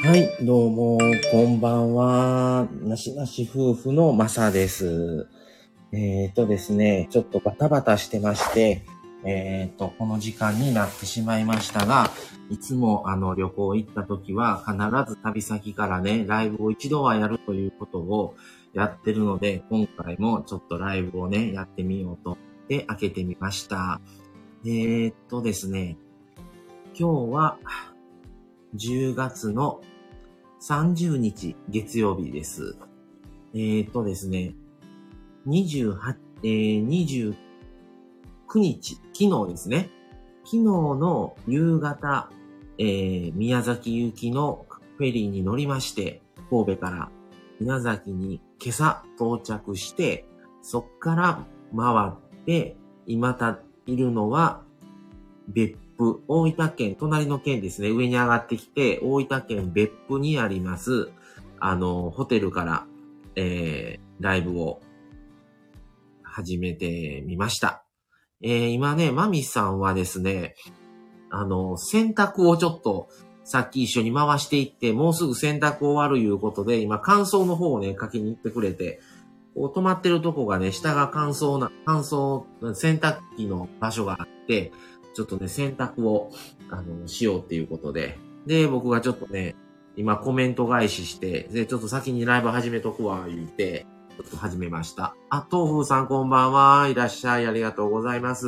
はい、どうも、こんばんは。なしなし夫婦のまさです。ですね、ちょっとバタバタしてまして、この時間になってしまいましたが、いつも旅行行った時は必ず旅先からね、ライブを一度はやるということをやってるので、今回もちょっとライブをね、やってみようとで開けてみました。ですね、今日は10月の30日月曜日です。ですね、29日、昨日ですね。昨日の夕方、宮崎行きのフェリーに乗りまして、神戸から宮崎に今朝到着して、そっから回って、今いるのは別府、大分県、隣の県ですね、上に上がってきて、大分県別府にあります、ホテルから、ライブを始めてみました。今ね、マミさんはですね、洗濯をちょっと、さっき一緒に回していって、もうすぐ洗濯終わるいうことで、今乾燥の方をね、かけに行ってくれて、こう止まってるとこがね、下が洗濯機の場所があって、ちょっとね、洗濯を、しようっていうことで。で、僕がちょっとね、今コメント返しして、で、ちょっと先にライブ始めとくわ、言って、ちょっと始めました。あ、豆腐さんこんばんは。いらっしゃい。ありがとうございます。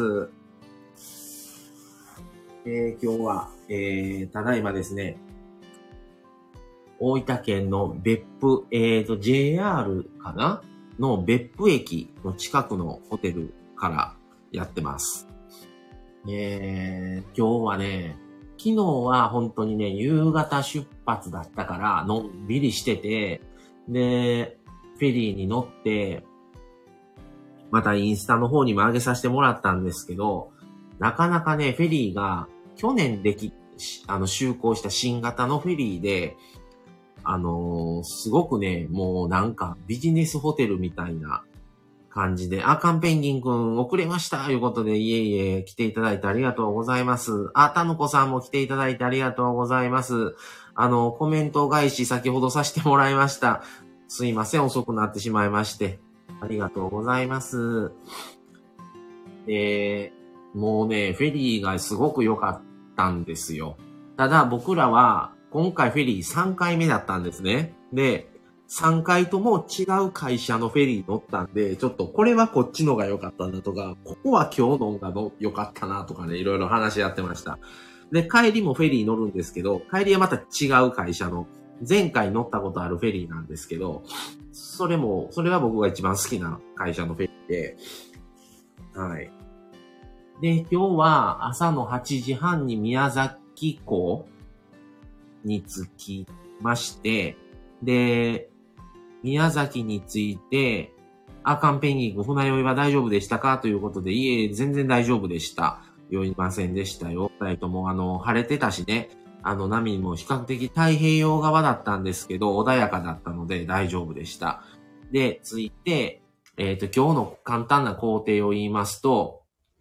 今日は、ただいまですね、大分県の別府、JR かなの別府駅の近くのホテルからやってます。今日はね、昨日は本当にね、夕方出発だったから、のんびりしてて、で、フェリーに乗って、またインスタの方にも上げさせてもらったんですけど、なかなかね、フェリーが、去年就航した新型のフェリーで、すごくね、もうなんかビジネスホテルみたいな感じで、カンペンギンくん遅れましたということで、いえいえ、来ていただいてありがとうございます。たぬこさんも来ていただいてありがとうございます。コメント返し先ほどさせてもらいました。すいません、遅くなってしまいまして。ありがとうございます。もうね、フェリーがすごく良かったんですよ。ただ僕らは今回フェリー3回目だったんですね。で、3回とも違う会社のフェリー乗ったんで、ちょっとこれはこっちのが良かったんだとか、ここは今日のが良かったなとかね、いろいろ話し合ってました。で、帰りもフェリー乗るんですけど、帰りはまた違う会社の、前回乗ったことあるフェリーなんですけど、それは僕が一番好きな会社のフェリーで、はい。で、今日は朝の8時半に宮崎港に着きまして、で、宮崎に着いて、カンペンギング、船酔いは大丈夫でしたかということで、いえ、全然大丈夫でした。酔いませんでしたよ。二人とも、晴れてたしね、波も比較的太平洋側だったんですけど、穏やかだったので大丈夫でした。で、着いて、今日の簡単な工程を言いますと、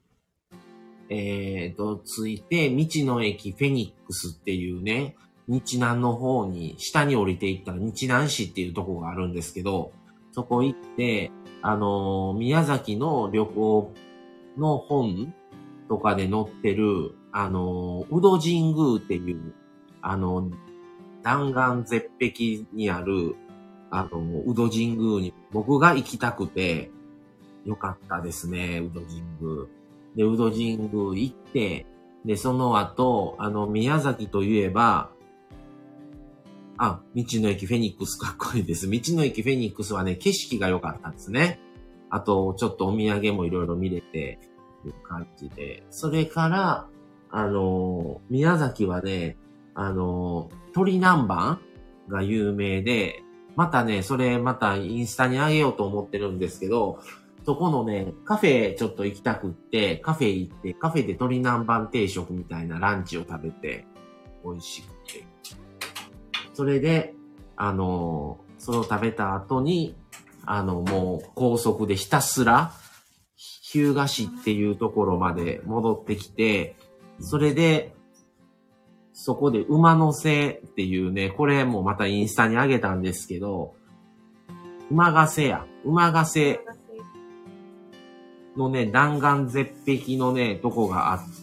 着いて、道の駅フェニックスっていうね、日南の方に、下に降りていったら日南市っていうところがあるんですけど、そこ行って、宮崎の旅行の本とかで載ってる、宇土神宮っていう、弾丸絶壁にある、宇土神宮に僕が行きたくて、よかったですね、宇土神宮。で、宇土神宮行って、で、その後、宮崎といえば、道の駅フェニックスかっこいいです。道の駅フェニックスはね、景色が良かったんですね。あと、ちょっとお土産もいろいろ見れて、いう感じで。それから、宮崎はね、鳥南蛮が有名で、またね、それまたインスタにあげようと思ってるんですけど、そこのね、カフェちょっと行きたくって、カフェ行って、カフェで鳥南蛮定食みたいなランチを食べて、美味しくて。それで、それを食べた後に、もう高速でひたすら、日向市っていうところまで戻ってきて、それで、 そこで馬の背っていうね、これもまたインスタに上げたんですけど、馬ヶ瀬のね、弾丸絶壁のね、とこがあって、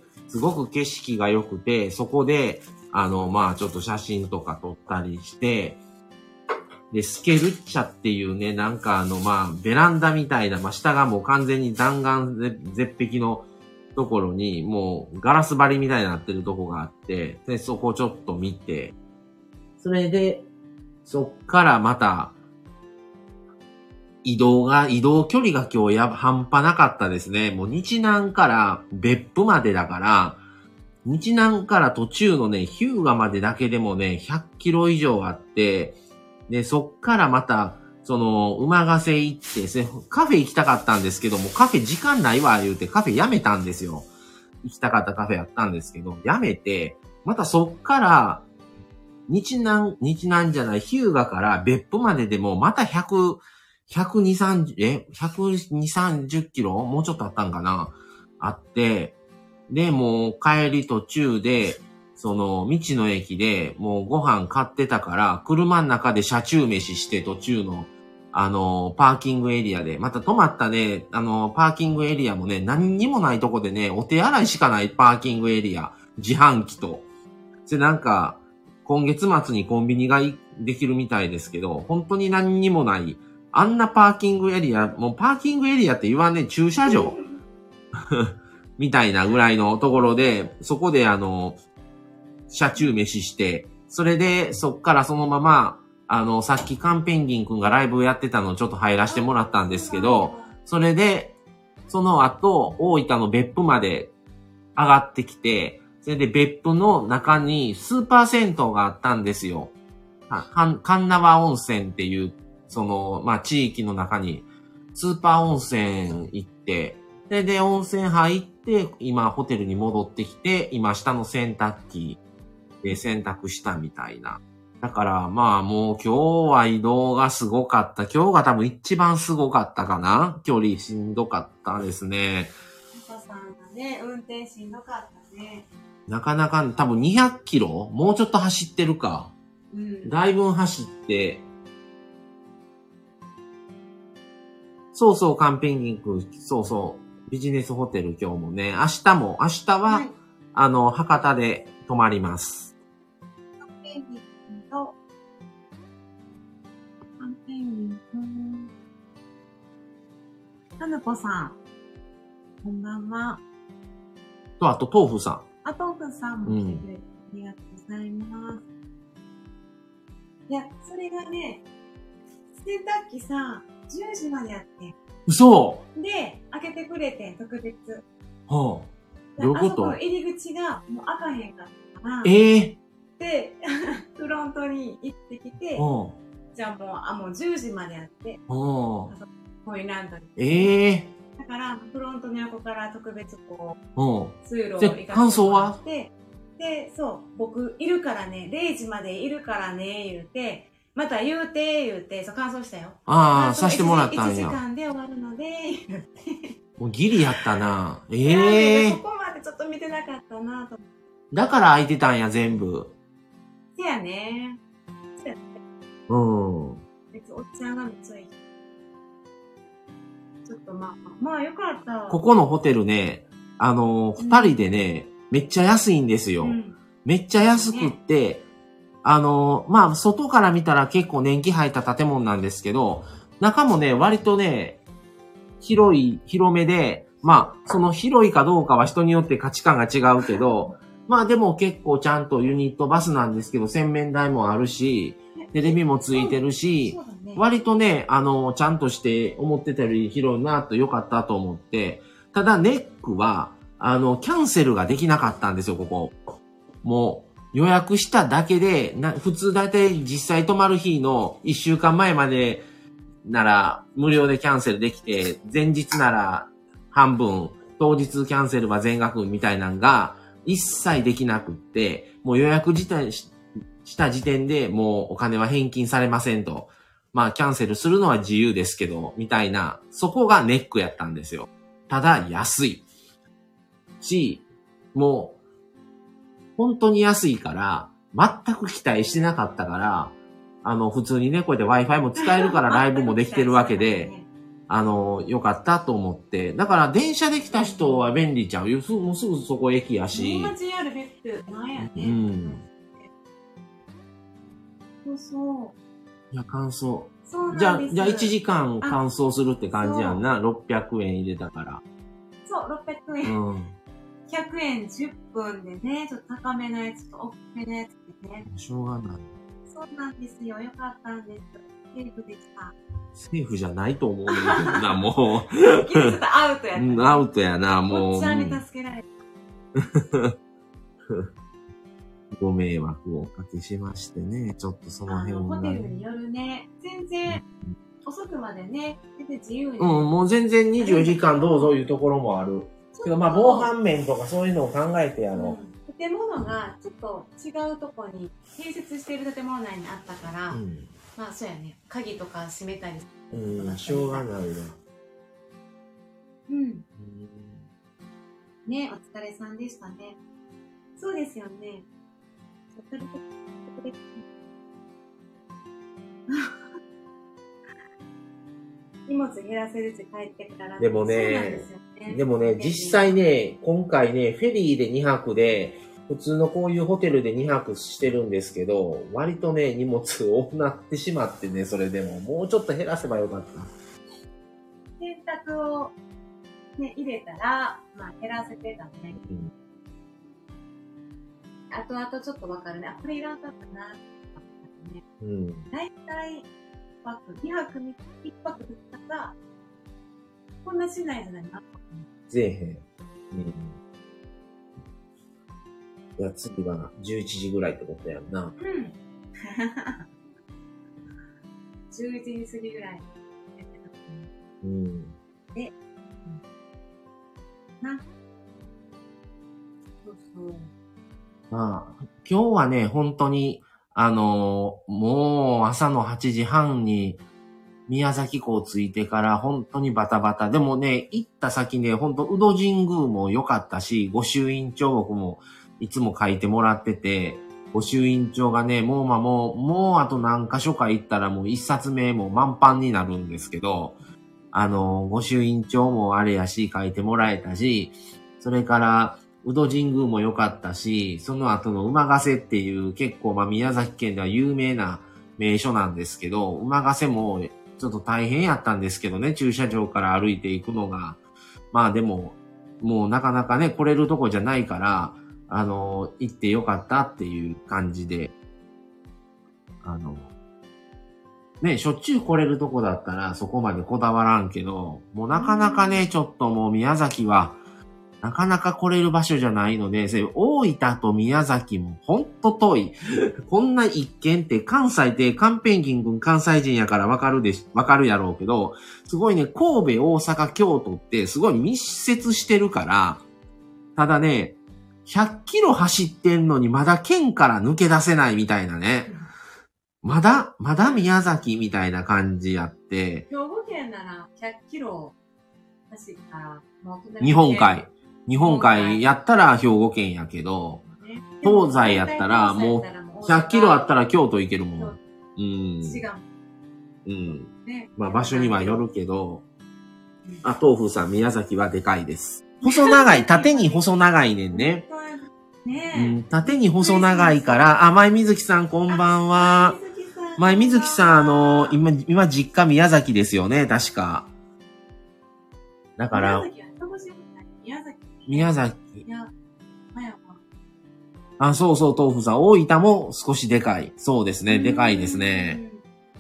すごく景色が良くて、そこで、まあちょっと写真とか撮ったりして、で、スケルッチャっていうね、なんかまあベランダみたいな、まあ下がもう完全に弾丸絶壁のところに、もうガラス張りみたいになってるとこがあって、で、そこをちょっと見て、それで、そっからまた、移動距離が今日半端なかったですね。もう日南から別府までだから、日南から途中のね、日向までだけでもね、100キロ以上あって、で、そっからまた、馬ヶ瀬行って、カフェ行きたかったんですけども、カフェ時間ないわ、言うてカフェやめたんですよ。行きたかったカフェやったんですけど、やめて、またそっから、日南じゃない、日向から別府まででも、また120、30キロもうちょっとあったんかなあって、で、もう帰り途中で、道の駅でもうご飯買ってたから、車の中で車中飯して途中の、パーキングエリアで、また止まったね、パーキングエリアもね、何にもないとこでね、お手洗いしかないパーキングエリア、自販機と。で、なんか、今月末にコンビニができるみたいですけど、本当に何にもない、あんなパーキングエリア、もうパーキングエリアって言わんね、駐車場みたいなぐらいのところで、そこで車中飯して、それで、そっからそのまま、さっきカンペンギンくんがライブやってたのをちょっと入らせてもらったんですけど、それで、その後、大分の別府まで上がってきて、それで別府の中にスーパー銭湯があったんですよ。神縄温泉っていう、まあ、地域の中に、スーパー温泉行って、で、温泉入って、今、ホテルに戻ってきて、今、下の洗濯機で洗濯したみたいな。だから、まあ、もう今日は移動がすごかった。今日が多分一番すごかったかな。距離しんどかったですね。 お子さんがね、運転しんどかったね。 なかなか、多分200キロもうちょっと走ってるか。 うん。 だいぶ走って、そうそう、カンペンギン君、そうそう、ビジネスホテル今日もね、明日は、はい、博多で泊まります。 カンペンギン君と、カンペンギン君、かなこさん、こんばんは。 と、あと、豆腐さん。 豆腐さんも来てくれて、ありがとうございます。いや、それがね、洗濯機さ、10時までやって。 嘘で、開けてくれて、特別。 はあ。どういうこと？あそこ入り口がもう開かへんかったから。 で、 フロントに行ってきて、じゃあもう10時までやって、コインランドリー。だから、フロントの横から特別こう、通路を行かせてもらって。 感想は？ で、そう、僕いるからね、0時までいるからね、言うて、また言うて、そう、感想したよ。 させてもらったんや。 1時間で終わるので、言って。 もうギリやったな。 そこまでちょっと見てなかったなと思って。 だから空いてたんや、全部。 せやね。別におっちゃんがめっちゃいい。ちょっとまあよかった。 ここのホテルね、二人でね、めっちゃ安いんですよ。めっちゃ安くって、まあ、外から見たら結構年季入った建物なんですけど、中もね、割とね、広めで、まあ、その広いかどうかは人によって価値観が違うけど、まあでも結構ちゃんとユニットバスなんですけど、洗面台もあるし、テレビもついてるし、割とね、ちゃんとして思ってたより広いなと良かったと思って、ただネックは、キャンセルができなかったんですよ、ここ。もう、予約しただけで、普通だいたい実際泊まる日の1週間前までなら無料でキャンセルできて、前日なら半分、当日キャンセルは全額みたいなのが一切できなくって、もう予約した時点でもうお金は返金されませんと。まあキャンセルするのは自由ですけど、みたいな、そこがネックやったんですよ。ただ安い。し、もう、 本当に安いから、全く期待してなかったから、普通にね、こうやって Wi-Fi も使えるからライブもできてるわけで、よかったと思って。だから電車で来た人は便利ちゃう。もうすぐそこ駅やし。 JR 別府、なんやね。 うん。 そう。 いや、乾燥。 そうじゃあ1時間乾燥するって感じやんな。600円入れたから。 そう、600円。うん。100円10分でね、ちょっと高めのやつと大きめのやつでね。 しょうがない。 そうなんですよ。よかったんです。セーフでした。 セーフじゃないと思うんだけどな、もう。 ちょっとアウトやった、ね。 アウトやな、もう。 おっちゃんに助けられた。ご迷惑をおかけしましてね、ちょっとその辺は。 ホテルによるね、全然遅くまでね、全然自由に。 もう全然24時間どうぞいうところもある。けどまあ防犯面とかそういうのを考えて建物がちょっと違うところに併設している建物内にあったから、まあそうやね、鍵とか閉めたりしょうがないわ。 ね、お疲れさんでしたね。そうですよね。荷物減らせるって帰ってから。 でもね、実際ね、今回ね、フェリーで2泊で、普通のこういうホテルで2泊してるんですけど、割とね、荷物多くなってしまってね、それでも、もうちょっと減らせばよかった。 洗濯を、ね、入れたら、まあ減らせてたね。あとあとちょっとわかるね。あ、これいらんかったな、ね。だいたい2泊2泊2日が、こんなしないじゃないな。 ぜえへん。いや、次は11時ぐらいってことやんな。 11時過ぎぐらい。で、そうそう。 まあ、今日はね、本当に、もう朝の8時半に宮崎港着いてから本当にバタバタ。でもね、行った先ね、本当宇戸神宮も良かったし、御朱印帳僕もいつも書いてもらってて、御朱印帳がね、もうあと何箇所か行ったらもう一冊目も満帆になるんですけど、御朱印帳もあれやし、書いてもらえたし、それから、宇戸神宮も良かったし、その後の馬ヶ瀬っていう結構宮崎県では有名な名所なんですけど、馬ヶ瀬もちょっと大変やったんですけどね、駐車場から歩いていくのが。まあでも、もうなかなかね、来れるとこじゃないから、行って良かったっていう感じで、ね、しょっちゅう来れるとこだったらそこまでこだわらんけど、もうなかなかね、ちょっともう宮崎は、なかなか来れる場所じゃないので、大分と宮崎もほんと遠い。こんな一軒って関西でカンペンギン君関西人やからわかるやろうけど、すごいね、神戸、大阪、京都ってすごい密接してるから、ただね、100キロ走ってんのにまだ県から抜け出せないみたいなね。まだ宮崎みたいな感じやって。 兵庫県なら100キロ走ったら、 日本海やったら兵庫県やけど、東西やったらもう100キロあったら京都行けるもん。まあ場所にはよるけど、豆腐さん宮崎はでかいです。細長い、縦に細長いねんね。縦に細長いから、前水木さんこんばんは。前水木さん今実家宮崎ですよね、確か。だから、宮崎。そうそう、豆腐さん。大分も少しでかい。そうですね、でかいですね。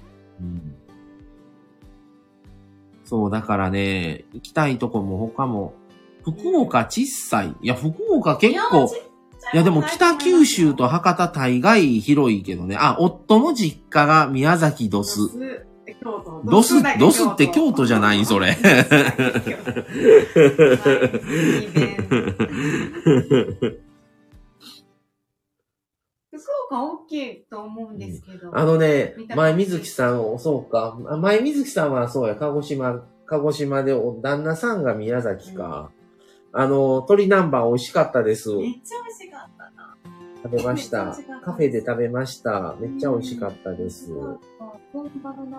そう、だからね、行きたいとこも他も、福岡小さい。いや、福岡結構、いやでも北九州と博多大概広いけどね。夫の実家が宮崎ドス。ドスって京都じゃないそれ。 福岡大きいと思うんですけど。 前水木さん、そうか。前水木さんはそうや、鹿児島で旦那さんが宮崎か。鶏南蛮美味しかったです。 めっちゃ美味しかったな。 食べました。カフェで食べました。めっちゃ美味しかったです。本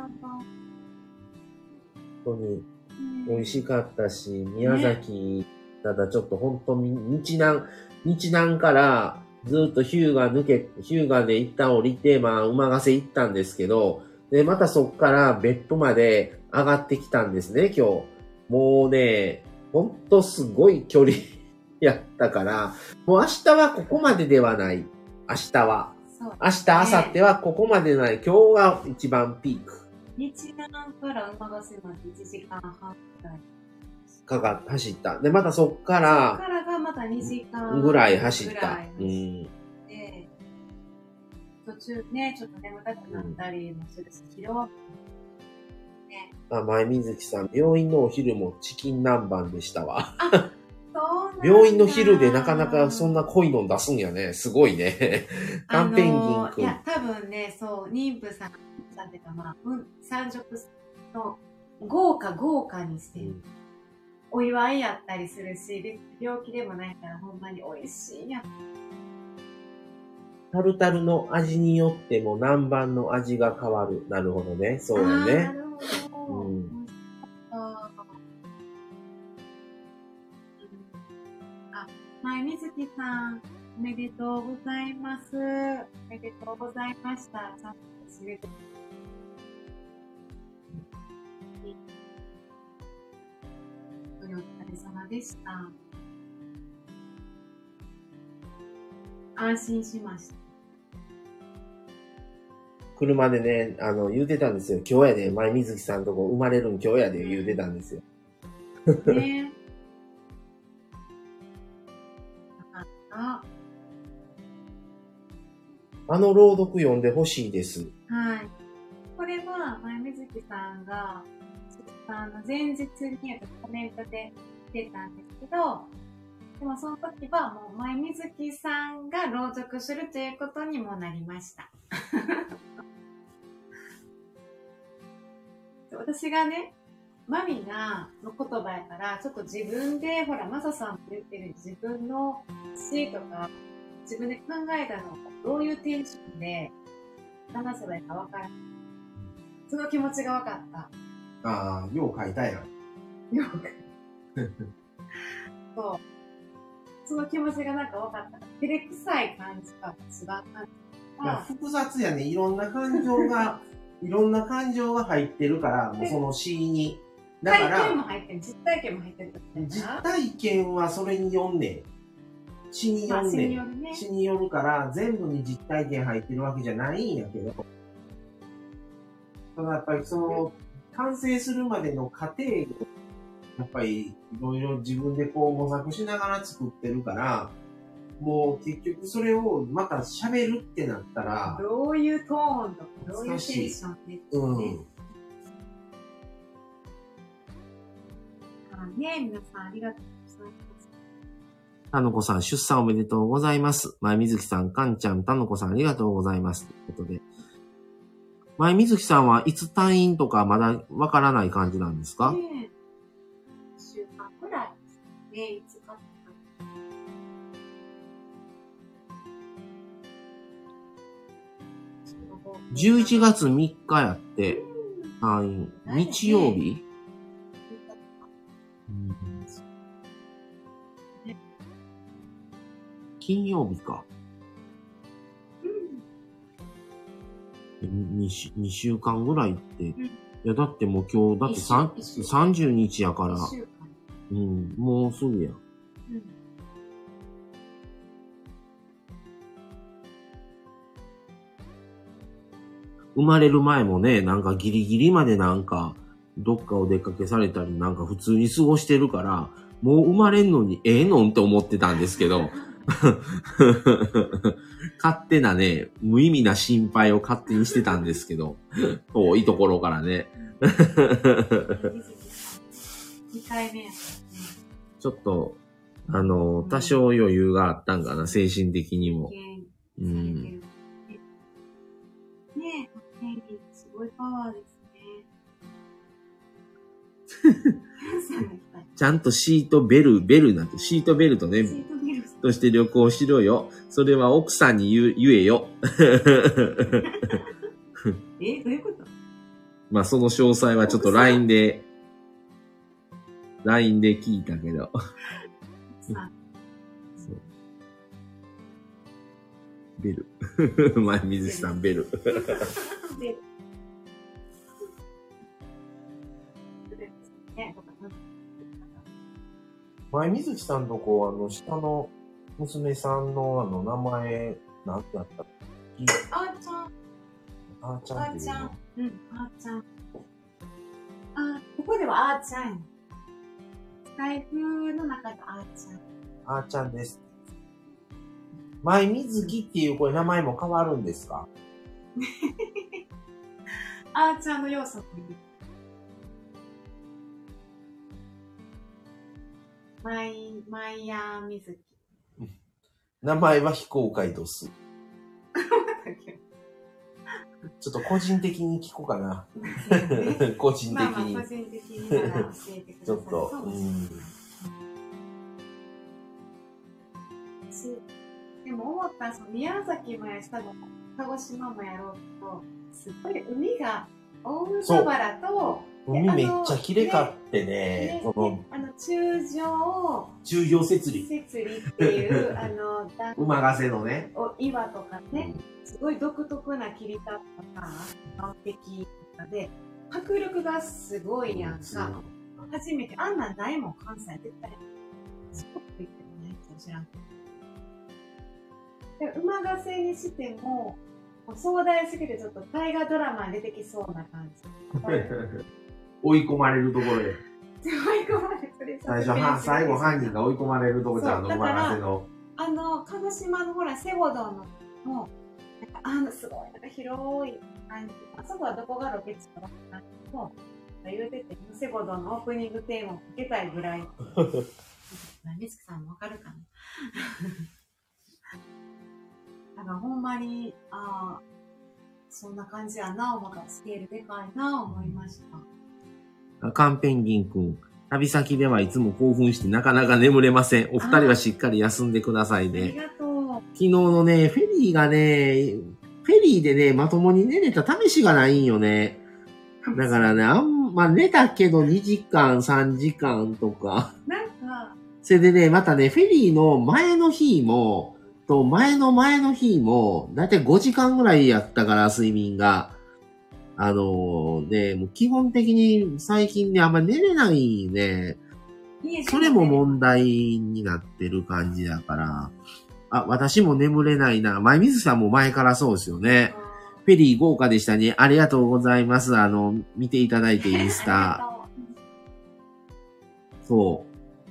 当に美味しかったし、宮崎、ただちょっと本当に日南からずっと日向で一旦降りて、馬ヶ瀬行ったんですけど、で、またそっから別府まで上がってきたんですね、今日。もうね、ほんとすごい距離やったから、もう明日はここまでではない。明日は。明日、明後日はここまでない。今日が一番ピーク。 日南から馬ヶ瀬まで1時間半くらい。 走った。で、またそっから、 そっからがまた2時間ぐらい走った。 で、途中ね、ちょっと眠たくなったりもするし、疲労ね。 前水木さん、病院のお昼もチキン南蛮でしたわ。 そうなんだ。 病院の昼でなかなかそんな濃いの出すんやね。すごいね。カンペンギン君。 いや、多分ね、そう、妊婦さんっていうか、産褥の豪華にしてる。お祝いやったりするし、病気でもないからほんまに美味しいや。 タルタルの味によっても南蛮の味が変わる。なるほどね。そうだね。 なるほど。前水木さん、おめでとうございます。おめでとうございました。ちゃんと知れて。お疲れ様でした。安心しました。 車でね、言うてたんですよ。今日やで、前水木さんとこ生まれるん今日やで言うてたんですよ。ね朗読読んでほしいです。 はい。これは、前水木さんが、前日にコメントで出たんですけど、でもその時はもう前水木さんが朗読するということにもなりました。私がね、マミがの言葉やから、ちょっと自分で、ほら、マサさんも言ってる自分の詩とか、自分で考えたのがどういうテンションで話せばいいか分からない。その気持ちが分かった。 ああ、よう書いたやん。 よう書いた。そう。その気持ちがなんか分かった。照れくさい感じか、違う感じか。 複雑やね。いろんな感情が入ってるから、もうその詩に。 だから。体験も入ってる。実体験も入ってる。 実体験はそれに読んねん。詩によるね。詩によるから、全部に実体験入ってるわけじゃないんやけど、ただやっぱりその、完成するまでの過程を、やっぱりいろいろ自分でこう模索しながら作ってるから、もう結局それをまた喋るってなったら、 どういうトーンとか、どういうテンションで、ね。皆さんありがとうございます。 たのこさん、出産おめでとうございます。前水木さん、かんちゃん、たのこさん、ありがとうございます。ということで。前水木さんはいつ退院とかまだわからない感じなんですか？1 週間くらいですね。いつか。 11月3日やって、退院。日曜日？金曜日か。2週間ぐらいって。いや、だってもう今日、だって30日やから。もうすぐや。生まれる前もね、なんかギリギリまでなんか、どっかお出かけされたり、なんか普通に過ごしてるから、もう生まれんのにええのんって思ってたんですけど、勝手なね、無意味な心配を勝手にしてたんですけど、遠いところからね。 2回目やちょっと、多少余裕があったんかな、精神的にも。 ねえ、すごいパワーですね。 ちゃんとシートベルトね。 シートベルト。 として旅行しろよ。それは奥さんに言えよ。 どういうこと？ まあその詳細はちょっと LINE で聞いたけど。ベル。前水木さんベル。前水木さんとこ、下の娘さんの名前、なんてやったっけ？ あーちゃん。 あーちゃんっていうの？ うん、あーちゃん。ここではあーちゃんや。財布の中であーちゃん。 あーちゃんです。前水木っていうこれ名前も変わるんですか？ あーちゃんの要素って言う。マイヤー水木。 名前は非公開度数。ちょっと個人的に聞こうかな。個人的に。 まあ個人的になら教えてください。 ちょっと。 でも思った宮崎もやしたのも鹿児島もやろうと、すごい海が大海原と、 海めっちゃ綺麗かってね。中条設理っていう馬ヶ瀬のね岩とかね、すごい独特な切り立った岩壁とかで迫力がすごいやんか。初めてあんなんないもん、関西絶対すごく言ってるね、知らんけど。馬ヶ瀬にしても壮大すぎてちょっと大河ドラマに出てきそうな感じ。 追い込まれるところで。 追い込まれて最後犯人が追い込まれるところじゃん、馬ヶ瀬の。 鹿児島のほら、瀬古道の、すごい、広い感じ。あそこはどこがロケ地かわからないけど、言うてて、瀬古道のオープニングテーマをかけたいぐらい。みつきさんもわかるかな？だからほんまに、そんな感じやな、スケールでかいな、思いました。 カンペンギンくん、旅先ではいつも興奮してなかなか眠れません。お二人はしっかり休んでくださいね。 ありがとう。 昨日のね、フェリーでね、まともに寝れた試しがないんよね。だからね、寝たけど2時間、3時間とか。 なんか。 それでね、またね、フェリーの前の日も、前の前の日も、だいたい5時間ぐらいやったから、睡眠が。もう基本的に最近ね、あんま寝れないね。それも問題になってる感じだから。私も眠れないな。前水さんも前からそうですよね。フェリー豪華でしたね。ありがとうございます。見ていただいてインスタ。そう。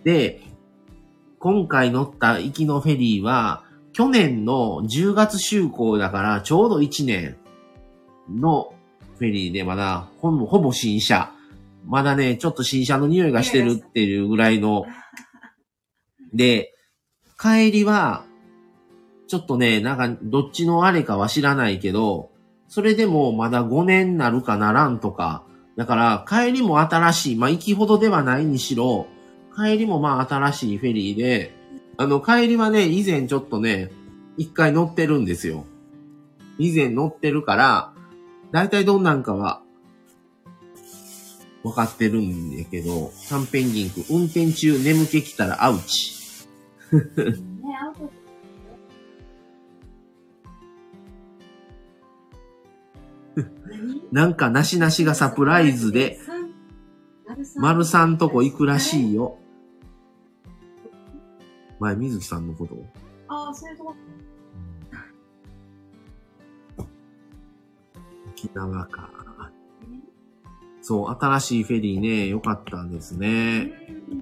で、今回乗った行きのフェリーは、去年の10月就航だからちょうど1年のフェリーでまだほぼ新車。まだね、ちょっと新車の匂いがしてるっていうぐらいの。で、帰りは、ちょっとね、なんかどっちのあれかは知らないけど、それでもまだ5年なるかならんとか。だから帰りも新しい。行きほどではないにしろ、帰りも新しいフェリーで、帰りはね、以前ちょっとね、一回乗ってるんですよ。以前乗ってるから、だいたいどんなんかは、分かってるんやけど、キャンペンギンク、運転中眠気きたらアウチ。なんかなしなしがサプライズで、丸さんとこ行くらしいよ。前、水木さんのこと？ そういうとこ沖縄か。そう、新しいフェリーね、良かったんですね。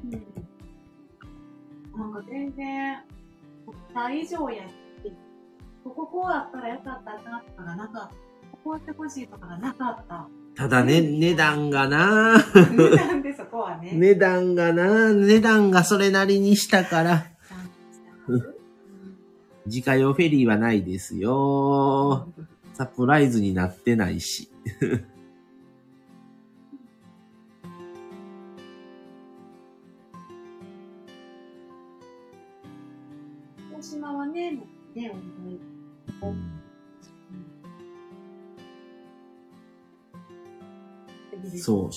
なんか全然、大以上やって、こうやったらよかったなとかがなかった。こうやってほしいとかがなかった。 ただね、値段がな値段でそこはね。 値段がそれなりにしたから。自家用フェリーはないですよ。サプライズになってないし。 阪はね、もうね、思い。 そう。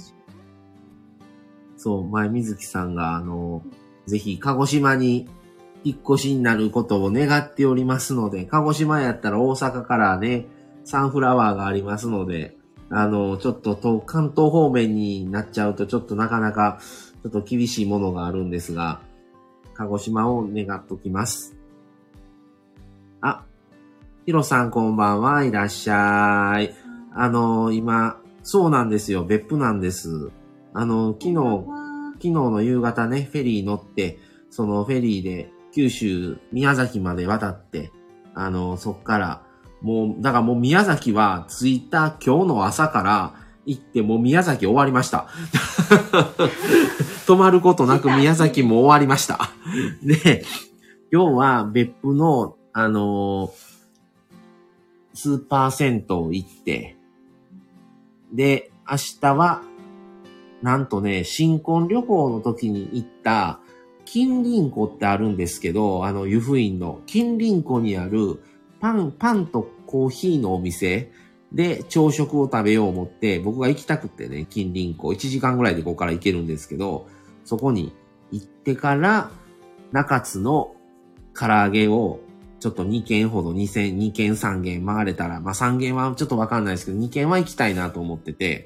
そう、前水木さんが、ぜひ、鹿児島に引っ越しになることを願っておりますので、鹿児島やったら大阪からね、サンフラワーがありますので、ちょっと関東方面になっちゃうと、ちょっとなかなか、ちょっと厳しいものがあるんですが、鹿児島を願っときます。あ、ヒロさんこんばんはいらっしゃい。今、そうなんですよ。別府なんです。昨日の夕方ね、フェリー乗って、そのフェリーで九州、宮崎まで渡って、そっから、だからもう宮崎は着いた今日の朝から行って、もう宮崎終わりました。泊まることなく宮崎も終わりました。で、今日は別府の、スーパー銭湯行って、で、明日は、なんとね、新婚旅行の時に行った、金鱗湖ってあるんですけど、湯布院の金鱗湖にあるパンとコーヒーのお店で朝食を食べよう思って、僕が行きたくてね、金鱗湖、1時間ぐらいでここから行けるんですけど、そこに行ってから、中津の唐揚げをちょっと2軒ほど、2軒3軒回れたら、3軒はちょっとわかんないですけど、2軒は行きたいなと思ってて。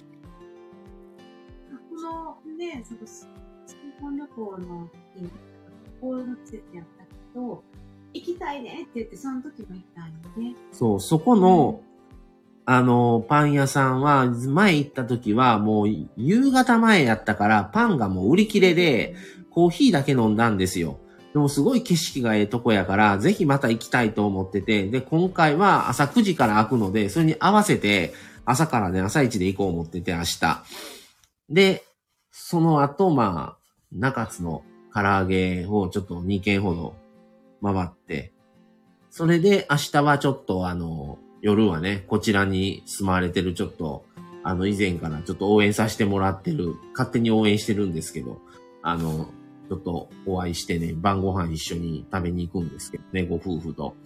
このね、新婚旅行の時に、こういう季節やったけど、行きたいねって言って、その時も行ったんよね。 そう、そこの、パン屋さんは、前行った時はもう夕方前やったから、パンがもう売り切れで、コーヒーだけ飲んだんですよ。でもすごい景色がええとこやから、ぜひまた行きたいと思ってて、で、今回は朝9時から開くので、それに合わせて、朝からね、朝一で行こう思ってて、明日。で、その後、中津の唐揚げをちょっと2軒ほど回って、それで明日はちょっと夜はね、こちらに住まれてるちょっと、以前からちょっと応援させてもらってる、勝手に応援してるんですけど、ちょっとお会いしてね、晩ご飯一緒に食べに行くんですけどね、ご夫婦と。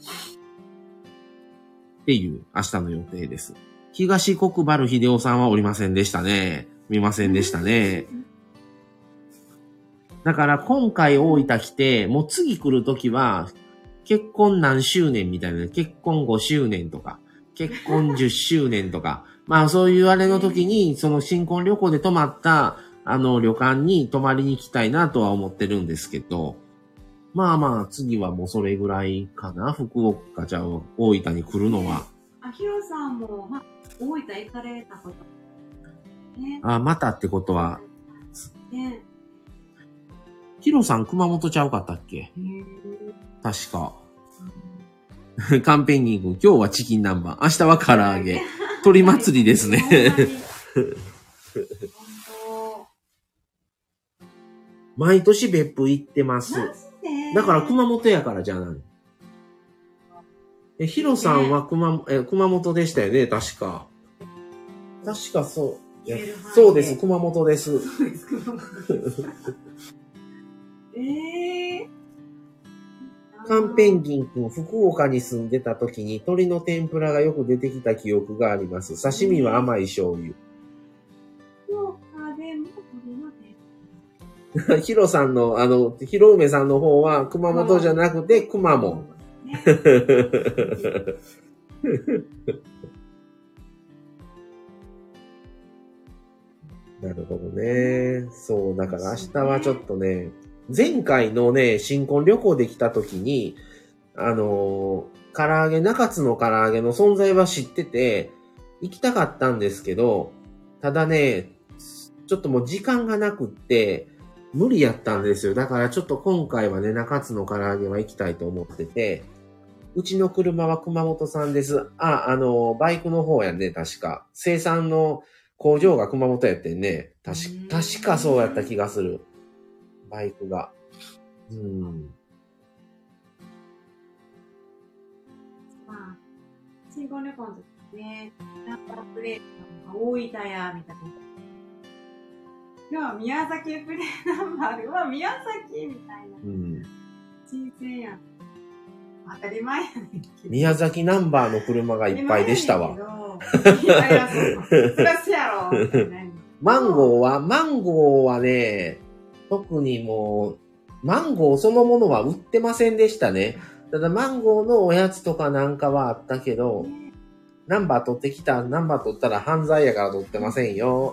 っていう明日の予定です。東国原秀夫さんはおりませんでしたね。見ませんでしたね。だから今回大分来て、もう次来るときは、結婚何周年みたいな、結婚5周年とか、結婚10周年とか、そういうあれの時に、その新婚旅行で泊まった、旅館に泊まりに行きたいなとは思ってるんですけど、次はもうそれぐらいかな、福岡じゃ大分に来るのは。 ヒロさんも、大分行かれたこと、ね。 またってことは、 ね。 ヒロさん熊本ちゃうかったっけ？確か。カンペンギン君、今日はチキン南蛮、明日は唐揚げ。鳥祭りですね。毎年別府行ってます。だから熊本やからじゃない。ヒロさんは熊本でしたよね、確か。確かそう。そうです、熊本です。そうです、熊本です。カンペンギン君、福岡に住んでた時に鶏の天ぷらがよく出てきた記憶があります。刺身は甘い醤油。福岡でも鶏の天ぷら。ヒロさんの、ヒロ梅さんの方は熊本じゃなくて熊本。なるほどね。そう、だから明日はちょっとね、前回のね、新婚旅行で来た時に、唐揚げ、中津の唐揚げの存在は知ってて、行きたかったんですけど、ただね、ちょっともう時間がなくって、無理やったんですよ。だからちょっと今回はね、中津の唐揚げは行きたいと思ってて、うちの車は熊本産です。バイクの方やね、確か。生産の工場が熊本やってんね。確かそうやった気がする。バイクが。 新婚旅行の時ね、ナンバープレートが大分や、みたいな。今日は宮崎プレーナンバーで、うわ、宮崎みたいな。新鮮やん。 当たり前やねんけど。 宮崎ナンバーの車がいっぱいでしたわ。 いやいや、そりゃそうやろ。 マンゴーはね、特にもう、マンゴーそのものは売ってませんでしたね。ただマンゴーのおやつとかなんかはあったけど、ナンバー取ったら犯罪やから取ってませんよ。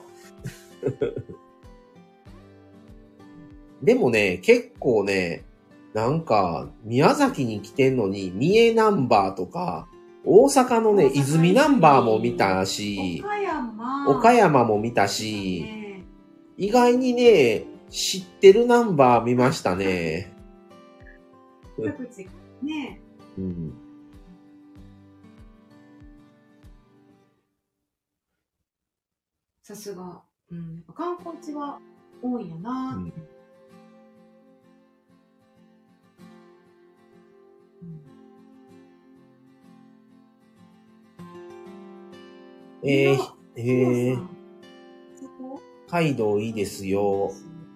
でもね、結構ね、なんか、宮崎に来てんのに、三重ナンバーとか、大阪のね、泉ナンバーも見たし、岡山も見たし、意外にね、知ってるナンバー見ましたね。 ね。 うん。 さすが、うん、観光地は多いよな、うんカイドウいいですよ。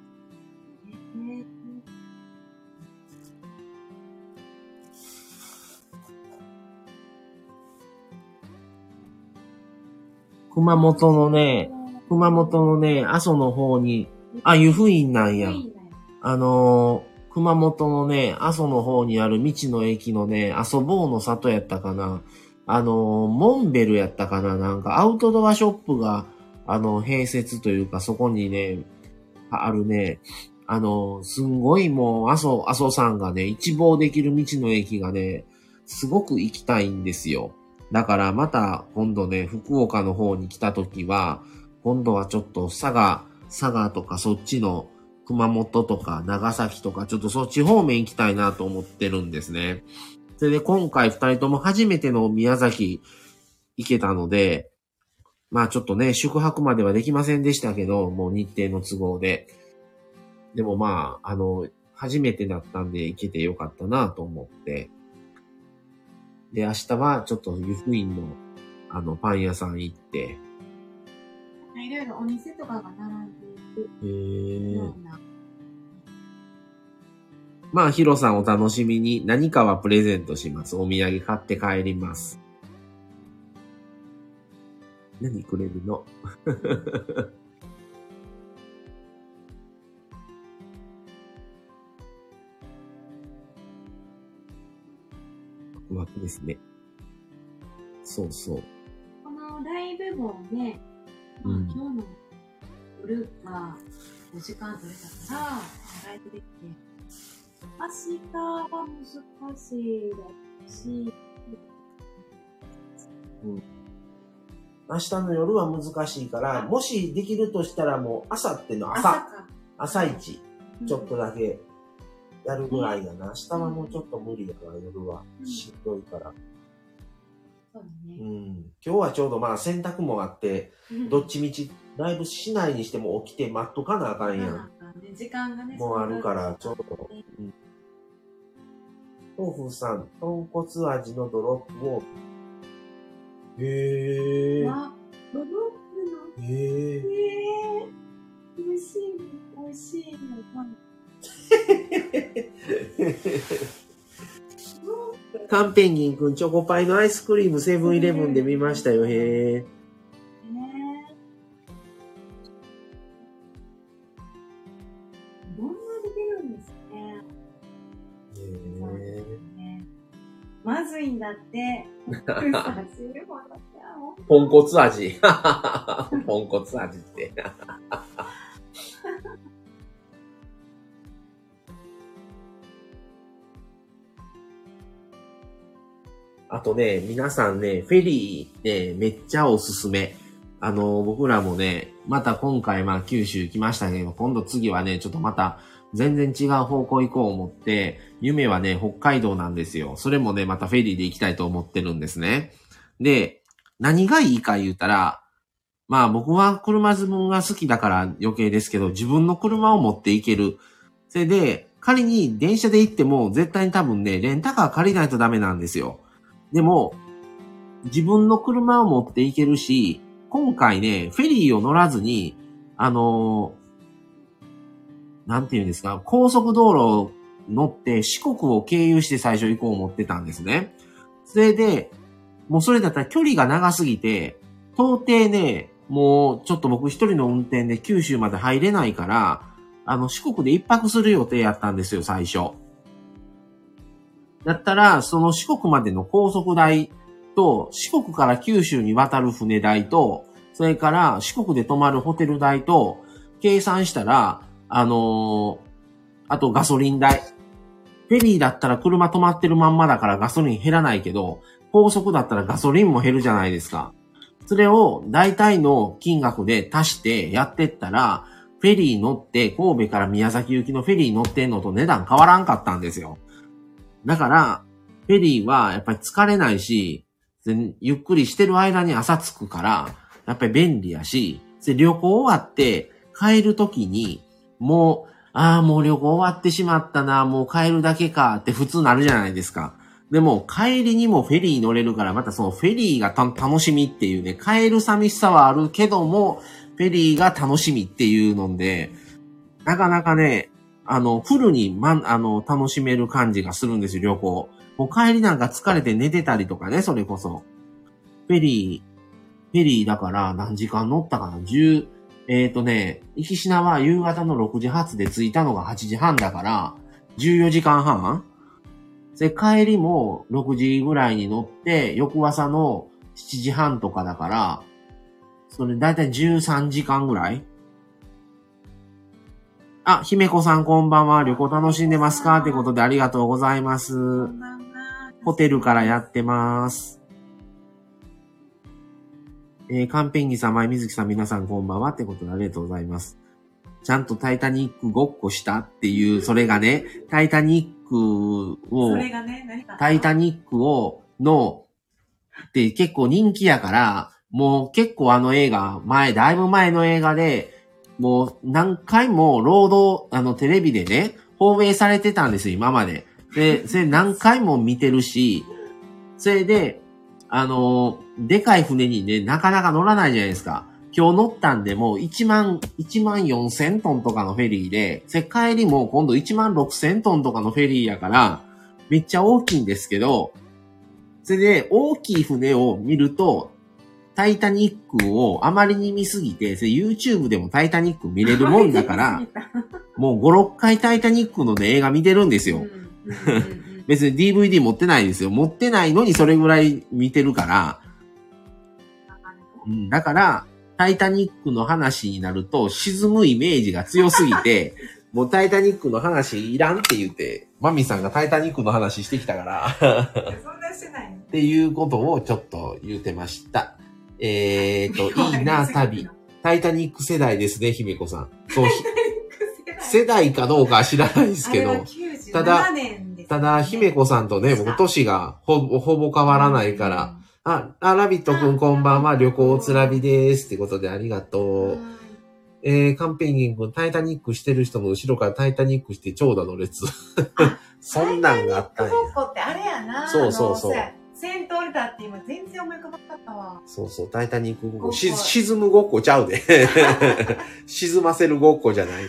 熊本のね、阿蘇の方に、湯布院なんや。熊本のね、阿蘇の方にある道の駅のね、遊ぼうの里やったかな。モンベルやったかな。なんかアウトドアショップが、併設というか、そこにね、あるね、すんごいもう、阿蘇山がね、一望できる道の駅がね、すごく行きたいんですよ。だからまた今度ね、福岡の方に来た時は、今度はちょっと佐賀とかそっちの熊本とか長崎とかちょっとそっち方面行きたいなと思ってるんですね。それで今回二人とも初めての宮崎行けたので、まあちょっとね、宿泊まではできませんでしたけど、もう日程の都合で。でもまあ、初めてだったんで行けてよかったなと思って。で、明日はちょっと湯布院のパン屋さん行って。 いろいろお店とかが並んでいるような。 まあ、ヒロさんお楽しみに何かはプレゼントします。お土産買って帰ります。何くれるの枠ですね。そうそう。 このライブもね、今日の夜は5時間取れたから、ライブできて、明日は難しいだし、 明日の夜は難しいから、もしできるとしたらもう朝っての朝一、ちょっとだけやるぐらいだな。明日はもうちょっと無理だから、夜はしんどいから。 そうね。 今日はちょうどまあ洗濯もあって、どっちみちライブしないにしても起きて待っとかなあかんやん。 時間がね。 もうあるから、ちょうど。豆腐さん、豚骨味のドロップを。へぇー。 ドロップの。 へぇー。 美味しいの。 カンペンギンくん、チョコパイのアイスクリームセブンイレブンで見ましたよ。へぇー。 まずいんだって。 ポンコツ味。ポンコツ味って。あとね、皆さんね、フェリーね、めっちゃおすすめ。僕らもね、また今回九州来ましたけど、今度次はね、ちょっとまた全然違う方向行こう思って、夢はね、北海道なんですよ。それもね、またフェリーで行きたいと思ってるんですね。で、何がいいか言うたら、まあ僕は車自分が好きだから余計ですけど、自分の車を持って行ける。それで、仮に電車で行っても絶対に多分ね、レンタカー借りないとダメなんですよ。でも、自分の車を持って行けるし、今回ね、フェリーを乗らずに、なんていうんですか、高速道路乗って四国を経由して最初行こう思ってたんですね。それで、もうそれだったら距離が長すぎて、到底ね、もうちょっと僕一人の運転で九州まで入れないから、四国で一泊する予定やったんですよ、最初。だったら、その四国までの高速代と、四国から九州に渡る船代と、それから四国で泊まるホテル代と、計算したら、あとガソリン代。フェリーだったら車止まってるまんまだからガソリン減らないけど、高速だったらガソリンも減るじゃないですか。それを大体の金額で足してやってったら、フェリー乗って神戸から宮崎行きのフェリー乗ってんのと値段変わらんかったんですよ。だから、フェリーはやっぱり疲れないし、ゆっくりしてる間に朝着くから、やっぱり便利やし、旅行終わって帰るときに、もう旅行終わってしまったな、もう帰るだけかって普通なるじゃないですか。でも帰りにもフェリー乗れるから、またそのフェリーが楽しみっていうね、帰る寂しさはあるけども、フェリーが楽しみっていうので、なかなかね、フルに楽しめる感じがするんですよ、旅行。もう帰りなんか疲れて寝てたりとかね、それこそ。フェリーだから何時間乗ったかな行きしなは夕方の6時発で着いたのが8時半だから、14時間半で、帰りも6時ぐらいに乗って、翌朝の7時半とかだから、それだいたい13時間ぐらい。あ、姫子さんこんばんは。旅行楽しんでますかってことでありがとうございます。ホテルからやってます。カンペンギさん、前水木さん、皆さんこんばんはってことでありがとうございます。ちゃんとタイタニックごっこしたっていう、それがね、タイタニックを、って結構人気やから、もう結構映画、だいぶ前の映画で、もう何回もテレビでね、放映されてたんですよ、今まで。で、それ何回も見てるし、それで、でかい船にね、なかなか乗らないじゃないですか。今日乗ったんでもう1万4000トンとかのフェリーで、帰りも今度1万6000トンとかのフェリーやから、めっちゃ大きいんですけど、それで大きい船を見ると、タイタニックをあまりに見すぎて、YouTube でもタイタニック見れるもんだから、もう5、6回タイタニックの、ね、映画見てるんですよ。別に DVD 持ってないですよ。持ってないのにそれぐらい見てるから。だから、タイタニックの話になると沈むイメージが強すぎて、もうタイタニックの話いらんって言って、マミさんがタイタニックの話してきたから。そんなしてない。っていうことをちょっと言ってました。いいな、旅。タイタニック世代ですね、姫子さん。そう。世代かどうかは知らないですけど。ただ、姫子さんとね、僕、歳がほぼ変わらないから。ラビットくんこんばんは、旅行つらびです。ってことでありがとう。カンペンギンくん、タイタニックしてる人の後ろからタイタニックして長蛇の列。そんなんがあったんや。タイタニックごっこってあれやな。そう。 先頭に立って今全然思い浮かばなかったわ。 そう、タイタニックごっこ。沈むごっこちゃうで。沈ませるごっこじゃない。